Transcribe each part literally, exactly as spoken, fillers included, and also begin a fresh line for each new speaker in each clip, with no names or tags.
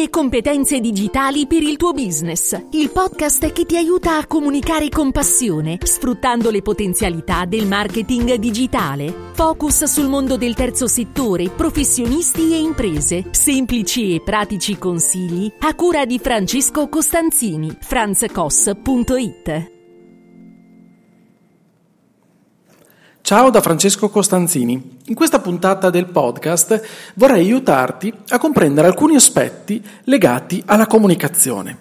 e competenze digitali per il tuo business. Il podcast che ti aiuta a comunicare con passione, sfruttando le potenzialità del marketing digitale. Focus sul mondo del terzo settore, professionisti e imprese. Semplici e pratici consigli a cura di Francesco Costanzini. franzcos punto it.
Ciao da Francesco Costanzini. In questa puntata del podcast vorrei aiutarti a comprendere alcuni aspetti legati alla comunicazione.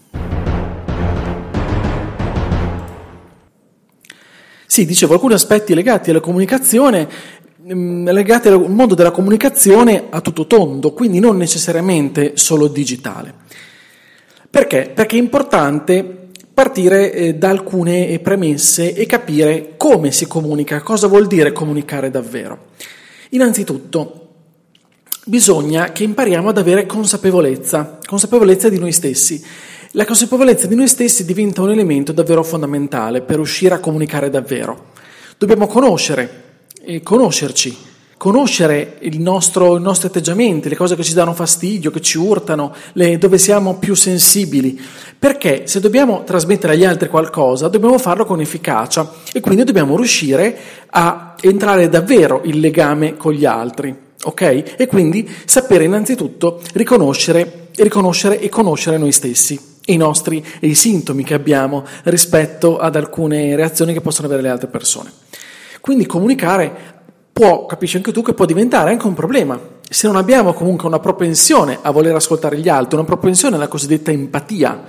Sì, dicevo, alcuni aspetti legati alla comunicazione, legati al mondo della comunicazione a tutto tondo, quindi non necessariamente solo digitale. Perché? Perché è importante partire eh, da alcune premesse e capire come si comunica, cosa vuol dire comunicare davvero. Innanzitutto, bisogna che impariamo ad avere consapevolezza, consapevolezza di noi stessi. La consapevolezza di noi stessi diventa un elemento davvero fondamentale per riuscire a comunicare davvero. Dobbiamo conoscere, eh, conoscerci, conoscere il nostro, i nostri atteggiamenti, le cose che ci danno fastidio, che ci urtano, le, dove siamo più sensibili, perché se dobbiamo trasmettere agli altri qualcosa dobbiamo farlo con efficacia e quindi dobbiamo riuscire a entrare davvero in legame con gli altri, ok? E quindi sapere innanzitutto riconoscere, riconoscere e conoscere noi stessi e i nostri e i sintomi che abbiamo rispetto ad alcune reazioni che possono avere le altre persone. Quindi comunicare può, capisci anche tu, che può diventare anche un problema. Se non abbiamo comunque una propensione a voler ascoltare gli altri, una propensione alla cosiddetta empatia,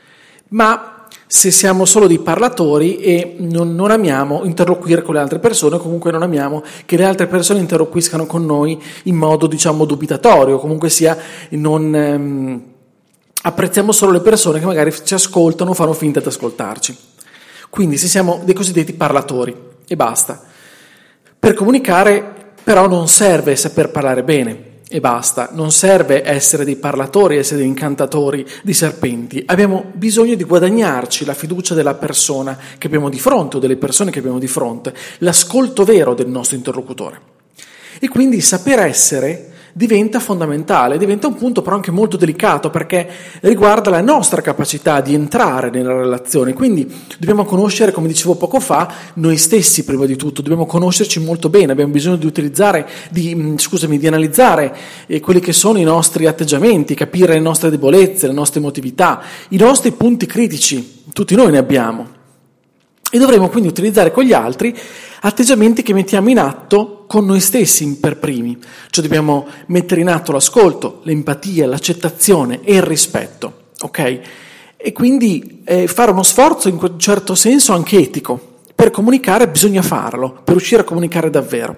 ma se siamo solo dei parlatori e non, non amiamo interloquire con le altre persone, comunque non amiamo che le altre persone interloquiscano con noi in modo, diciamo, dubitatorio, comunque sia, non ehm, apprezziamo solo le persone che magari ci ascoltano o fanno finta di ascoltarci. Quindi se siamo dei cosiddetti parlatori e basta. Per comunicare però non serve saper parlare bene e basta, non serve essere dei parlatori, essere dei incantatori di serpenti. Abbiamo bisogno di guadagnarci la fiducia della persona che abbiamo di fronte o delle persone che abbiamo di fronte, l'ascolto vero del nostro interlocutore. E quindi saper essere diventa fondamentale, diventa un punto però anche molto delicato perché riguarda la nostra capacità di entrare nella relazione, quindi dobbiamo conoscere, come dicevo poco fa, noi stessi prima di tutto, dobbiamo conoscerci molto bene, abbiamo bisogno di utilizzare, di, scusami, di analizzare eh, quelli che sono i nostri atteggiamenti, capire le nostre debolezze, le nostre emotività, i nostri punti critici, tutti noi ne abbiamo. E dovremo quindi utilizzare con gli altri atteggiamenti che mettiamo in atto con noi stessi per primi. Cioè dobbiamo mettere in atto l'ascolto, l'empatia, l'accettazione e il rispetto, ok? E quindi eh, fare uno sforzo in un certo senso anche etico. Per comunicare bisogna farlo, per riuscire a comunicare davvero.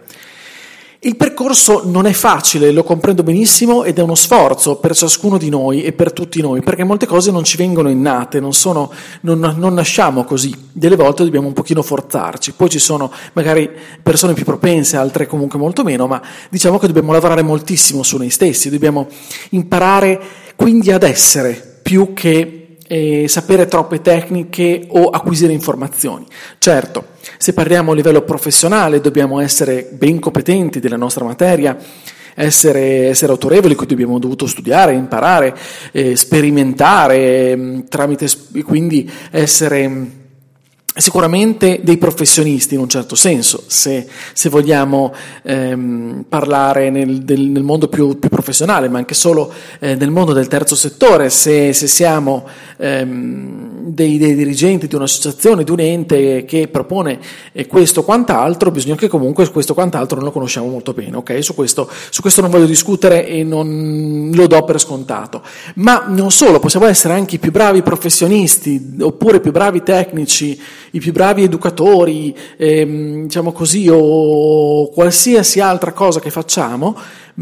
Il percorso non è facile, lo comprendo benissimo ed è uno sforzo per ciascuno di noi e per tutti noi, perché molte cose non ci vengono innate, non, sono, non, non nasciamo così, delle volte dobbiamo un pochino forzarci, poi ci sono magari persone più propense, altre comunque molto meno, ma diciamo che dobbiamo lavorare moltissimo su noi stessi, dobbiamo imparare quindi ad essere più che e sapere troppe tecniche o acquisire informazioni. Certo, se parliamo a livello professionale dobbiamo essere ben competenti della nostra materia, essere, essere autorevoli, quindi abbiamo dovuto studiare, imparare, eh, sperimentare, tramite, quindi essere sicuramente dei professionisti in un certo senso, se, se vogliamo ehm, parlare nel, del, nel mondo più, più professionale, ma anche solo eh, nel mondo del terzo settore, se, se siamo ehm, dei, dei dirigenti di un'associazione, di un ente che propone eh, questo o quant'altro, bisogna che comunque questo o quant'altro non lo conosciamo molto bene, ok? Su questo, su questo non voglio discutere e non lo do per scontato. Ma non solo, possiamo essere anche i più bravi professionisti oppure i più bravi tecnici, i più bravi educatori, ehm, diciamo così, o qualsiasi altra cosa che facciamo,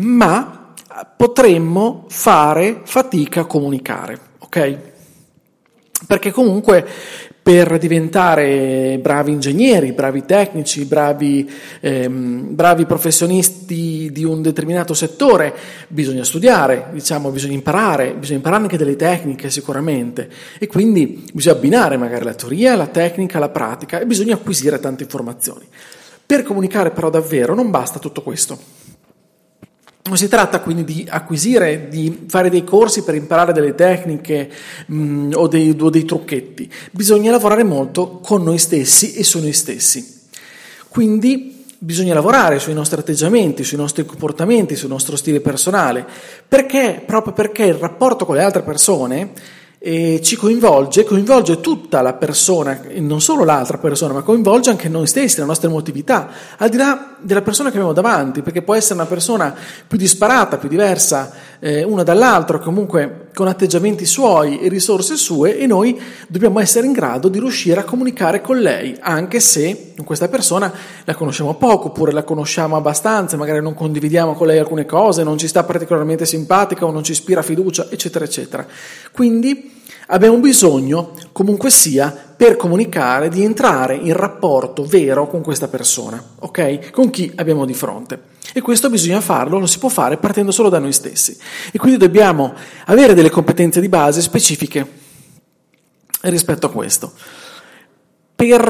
ma potremmo fare fatica a comunicare, ok? Perché comunque per diventare bravi ingegneri, bravi tecnici, bravi, ehm, bravi professionisti di un determinato settore, bisogna studiare, diciamo, bisogna imparare, bisogna imparare anche delle tecniche sicuramente, e quindi bisogna abbinare magari la teoria, la tecnica, la pratica, e bisogna acquisire tante informazioni. Per comunicare però davvero non basta tutto questo. Non si tratta quindi di acquisire, di fare dei corsi per imparare delle tecniche mh, o, dei, o dei trucchetti. Bisogna lavorare molto con noi stessi e su noi stessi. Quindi bisogna lavorare sui nostri atteggiamenti, sui nostri comportamenti, sul nostro stile personale, perché proprio perché il rapporto con le altre persone e ci coinvolge, coinvolge tutta la persona, non solo l'altra persona, ma coinvolge anche noi stessi, la nostra emotività, al di là della persona che abbiamo davanti, perché può essere una persona più disparata, più diversa eh, una dall'altra, comunque con atteggiamenti suoi e risorse sue, e noi dobbiamo essere in grado di riuscire a comunicare con lei, anche se questa persona la conosciamo poco, oppure la conosciamo abbastanza, magari non condividiamo con lei alcune cose, non ci sta particolarmente simpatica o non ci ispira fiducia, eccetera, eccetera. Quindi abbiamo bisogno, comunque sia, per comunicare, di entrare in rapporto vero con questa persona, ok? Con chi abbiamo di fronte. E questo bisogna farlo, lo si può fare partendo solo da noi stessi. E quindi dobbiamo avere delle competenze di base specifiche rispetto a questo. Per,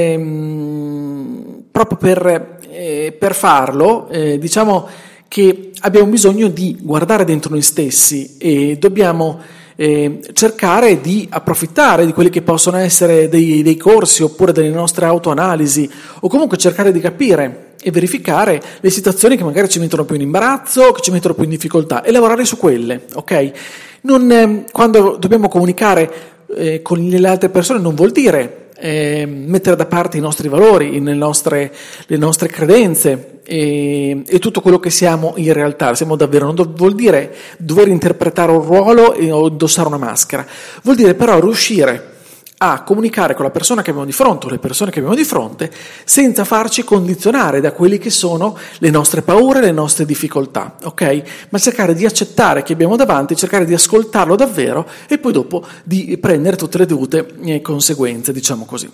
ehm, proprio per, eh, per farlo, eh, diciamo che abbiamo bisogno di guardare dentro noi stessi e dobbiamo Eh, cercare di approfittare di quelli che possono essere dei, dei corsi oppure delle nostre autoanalisi, o comunque cercare di capire e verificare le situazioni che magari ci mettono più in imbarazzo, che ci mettono più in difficoltà, e lavorare su quelle, ok? Non, eh, quando dobbiamo comunicare eh, con le altre persone non vuol dire eh, mettere da parte i nostri valori, le nostre, le nostre credenze e, e tutto quello che siamo in realtà. Siamo davvero, non do, vuol dire dover interpretare un ruolo e, o indossare una maschera, vuol dire però riuscire a comunicare con la persona che abbiamo di fronte o le persone che abbiamo di fronte senza farci condizionare da quelli che sono le nostre paure, le nostre difficoltà, ok? Ma cercare di accettare chi abbiamo davanti, cercare di ascoltarlo davvero e poi dopo di prendere tutte le dovute conseguenze, diciamo così.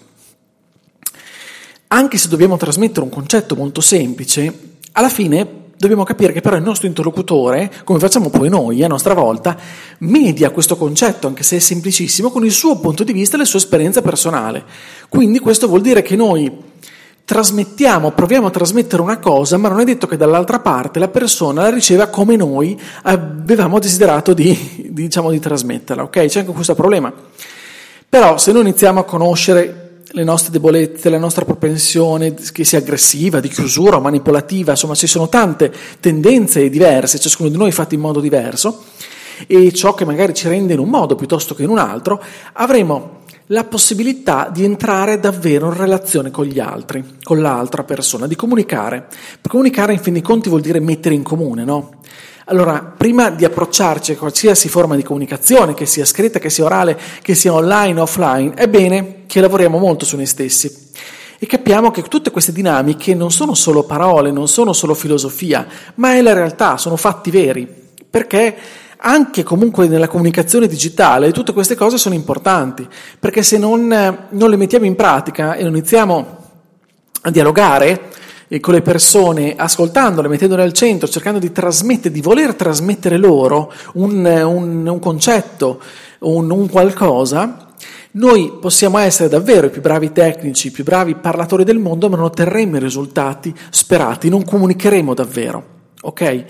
Anche se dobbiamo trasmettere un concetto molto semplice, alla fine dobbiamo capire che però il nostro interlocutore, come facciamo poi noi a nostra volta, media questo concetto, anche se è semplicissimo, con il suo punto di vista e la sua esperienza personale. Quindi questo vuol dire che noi trasmettiamo, proviamo a trasmettere una cosa, ma non è detto che dall'altra parte la persona la riceva come noi avevamo desiderato di, diciamo, di trasmetterla, ok? C'è anche questo problema. Però se noi iniziamo a conoscere le nostre debolezze, la nostra propensione che sia aggressiva, di chiusura o manipolativa, insomma ci sono tante tendenze diverse, ciascuno di noi fatto in modo diverso, e ciò che magari ci rende in un modo piuttosto che in un altro, avremo la possibilità di entrare davvero in relazione con gli altri, con l'altra persona, di comunicare. Per comunicare in fin dei conti vuol dire mettere in comune, no? Allora, prima di approcciarci a qualsiasi forma di comunicazione, che sia scritta, che sia orale, che sia online o offline, è bene che lavoriamo molto su noi stessi e capiamo che tutte queste dinamiche non sono solo parole, non sono solo filosofia, ma è la realtà, sono fatti veri, perché anche comunque nella comunicazione digitale tutte queste cose sono importanti, perché se non, non le mettiamo in pratica e non iniziamo a dialogare e con le persone, ascoltandole, mettendole al centro, cercando di trasmettere, di voler trasmettere loro un, un, un concetto, un, un qualcosa, noi possiamo essere davvero i più bravi tecnici, i più bravi parlatori del mondo, ma non otterremo i risultati sperati, non comunicheremo davvero, ok?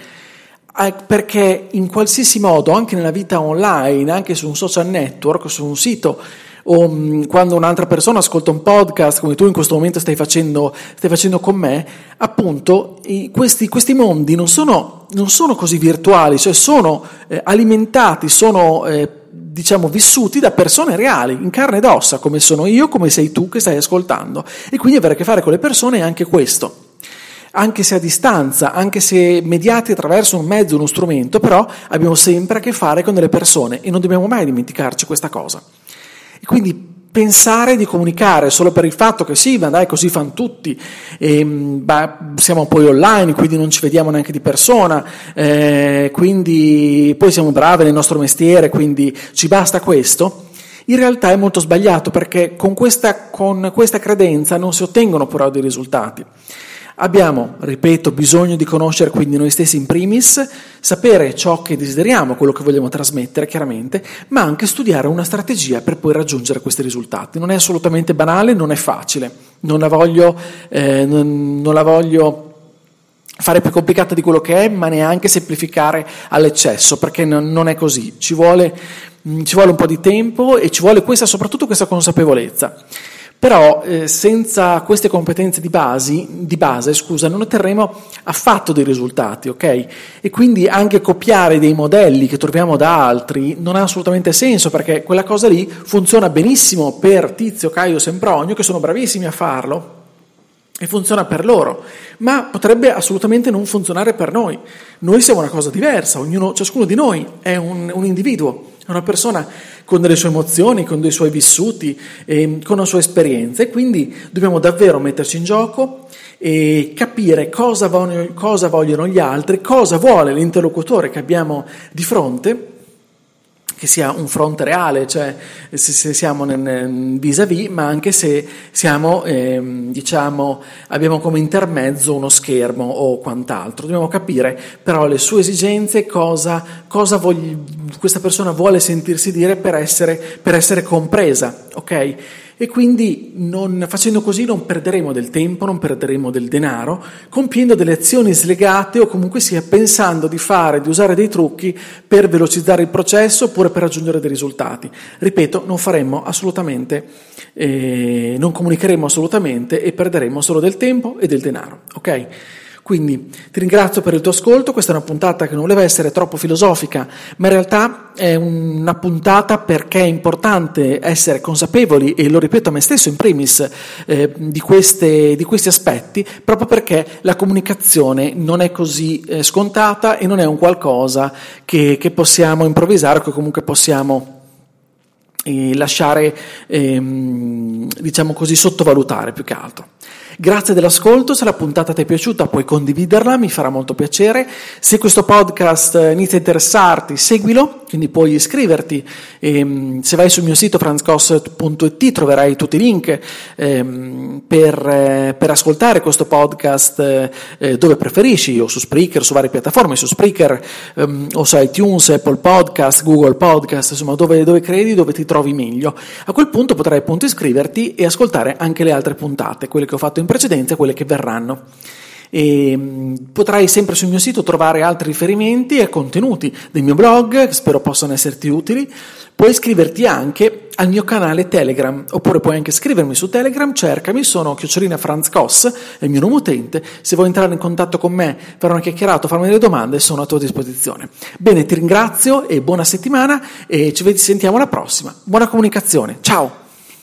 Perché in qualsiasi modo, anche nella vita online, anche su un social network, su un sito, o mh, quando un'altra persona ascolta un podcast come tu in questo momento stai facendo, stai facendo con me, appunto i, questi, questi mondi non sono, non sono così virtuali, cioè sono eh, alimentati, sono eh, diciamo vissuti da persone reali, in carne ed ossa, come sono io, come sei tu che stai ascoltando, e quindi avere a che fare con le persone è anche questo. Anche se a distanza, anche se mediati attraverso un mezzo, uno strumento, però abbiamo sempre a che fare con delle persone e non dobbiamo mai dimenticarci questa cosa. E quindi pensare di comunicare solo per il fatto che sì, ma dai, così fanno tutti, e, bah, siamo poi online, quindi non ci vediamo neanche di persona, eh, quindi poi siamo bravi nel nostro mestiere, quindi ci basta questo, in realtà è molto sbagliato, perché con questa, con questa credenza non si ottengono però dei risultati. Abbiamo, ripeto, bisogno di conoscere quindi noi stessi in primis, sapere ciò che desideriamo, quello che vogliamo trasmettere chiaramente, ma anche studiare una strategia per poi raggiungere questi risultati. Non è assolutamente banale, non è facile, non la voglio, eh, non, non la voglio fare più complicata di quello che è, ma neanche semplificare all'eccesso, perché non, non è così. Ci vuole, mh, ci vuole un po' di tempo e ci vuole questa, soprattutto questa consapevolezza. Però eh, senza queste competenze di, basi, di base scusa, non otterremo affatto dei risultati, ok? E quindi anche copiare dei modelli che troviamo da altri non ha assolutamente senso, perché quella cosa lì funziona benissimo per Tizio, Caio, Sempronio, che sono bravissimi a farlo, e funziona per loro, ma potrebbe assolutamente non funzionare per noi. Noi siamo una cosa diversa, ognuno, ciascuno di noi è un, un individuo, è una persona con delle sue emozioni, con dei suoi vissuti, eh, con una sua esperienza, e quindi dobbiamo davvero metterci in gioco e capire cosa vogliono, cosa vogliono gli altri, cosa vuole l'interlocutore che abbiamo di fronte, che sia un fronte reale, cioè se, se siamo nel vis-à-vis, ma anche se siamo, eh, diciamo, abbiamo come intermezzo uno schermo o quant'altro. Dobbiamo capire però le sue esigenze, cosa, cosa vogli, questa persona vuole sentirsi dire per essere, per essere compresa, ok? E quindi non, facendo così non perderemo del tempo, non perderemo del denaro, compiendo delle azioni slegate o comunque sia pensando di fare, di usare dei trucchi per velocizzare il processo oppure per raggiungere dei risultati. Ripeto, non faremo assolutamente, eh, non comunicheremo assolutamente e perderemo solo del tempo e del denaro, ok? Quindi ti ringrazio per il tuo ascolto. Questa è una puntata che non voleva essere troppo filosofica, ma in realtà è una puntata perché è importante essere consapevoli, e lo ripeto a me stesso in primis, eh, di, queste, di questi aspetti, proprio perché la comunicazione non è così eh, scontata e non è un qualcosa che, che possiamo improvvisare o che comunque possiamo eh, lasciare, ehm, diciamo così, sottovalutare più che altro. Grazie dell'ascolto, se la puntata ti è piaciuta puoi condividerla, mi farà molto piacere. Se questo podcast inizia a interessarti, seguilo, quindi puoi iscriverti. E, se vai sul mio sito franz koss punto it troverai tutti i link ehm, per, eh, per ascoltare questo podcast eh, dove preferisci, o su Spreaker, su varie piattaforme, su Spreaker ehm, o su iTunes, Apple Podcast, Google Podcast, insomma dove, dove credi, dove ti trovi meglio. A quel punto potrai appunto iscriverti e ascoltare anche le altre puntate, quelle che ho fatto in precedenza e quelle che verranno. E potrai sempre sul mio sito trovare altri riferimenti e contenuti del mio blog, che spero possano esserti utili. Puoi iscriverti anche al mio canale Telegram, oppure puoi anche scrivermi su Telegram, cercami, sono chiocciolina Franz Koss, è il mio nome utente. Se vuoi entrare in contatto con me, fare una chiacchierata, farmi delle domande, sono a tua disposizione. Bene, ti ringrazio e buona settimana, e ci sentiamo alla prossima. Buona comunicazione, ciao!